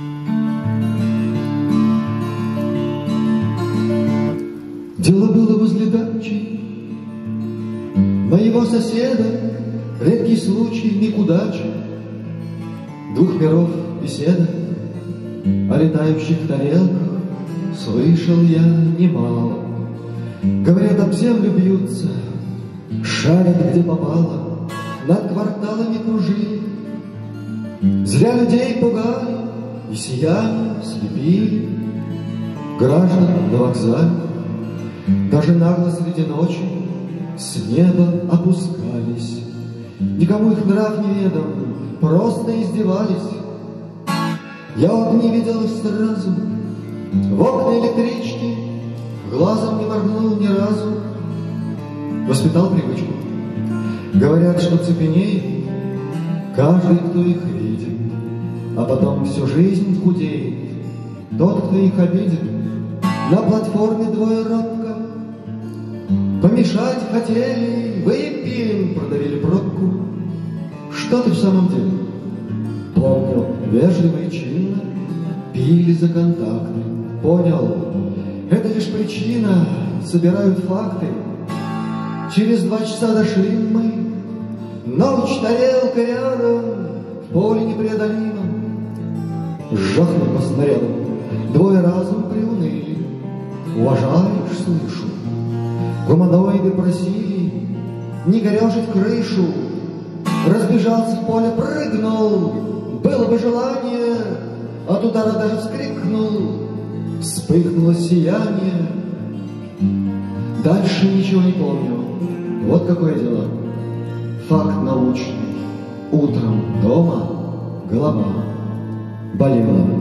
Дело было возле дачи моего соседа, редкий случай, миг удачи, двух миров беседа. О летающих тарелках слышал я немало. Говорят, об землю бьются, шарят где попало, над кварталами кружили. Зря людей пугали и сиянием слепили граждан на вокзале. Даже нагло среди ночи с неба опускались. Никому их нрав не ведом, просто издевались. Я огни видел сразу, в окна электрички, глазом не моргнул ни разу. Воспитал привычку. Говорят, что цепенеет каждый, кто их видит, а потом всю жизнь худеет тот, кто их обидит. На платформе двое робко помешать хотели, выпьем, продавили пробку. Что ты в самом деле? Помнил, вежливо и чинно пили за контакты. Понял, это лишь причина, собирают факты. Через 2 часа дошли мы, ночь, тарелка рядом, в поле непреодолимом. Жахнул по снарядам, двое разом приуныли. Уважаешь, слышу, гуманоиды просили не корежить крышу. Разбежался в поле, прыгнул, было бы желание, от удара даже вскрикнул. Вспыхнуло сияние. Дальше ничего не помню. Вот какое дело. Факт научный. Утром дома голова болела.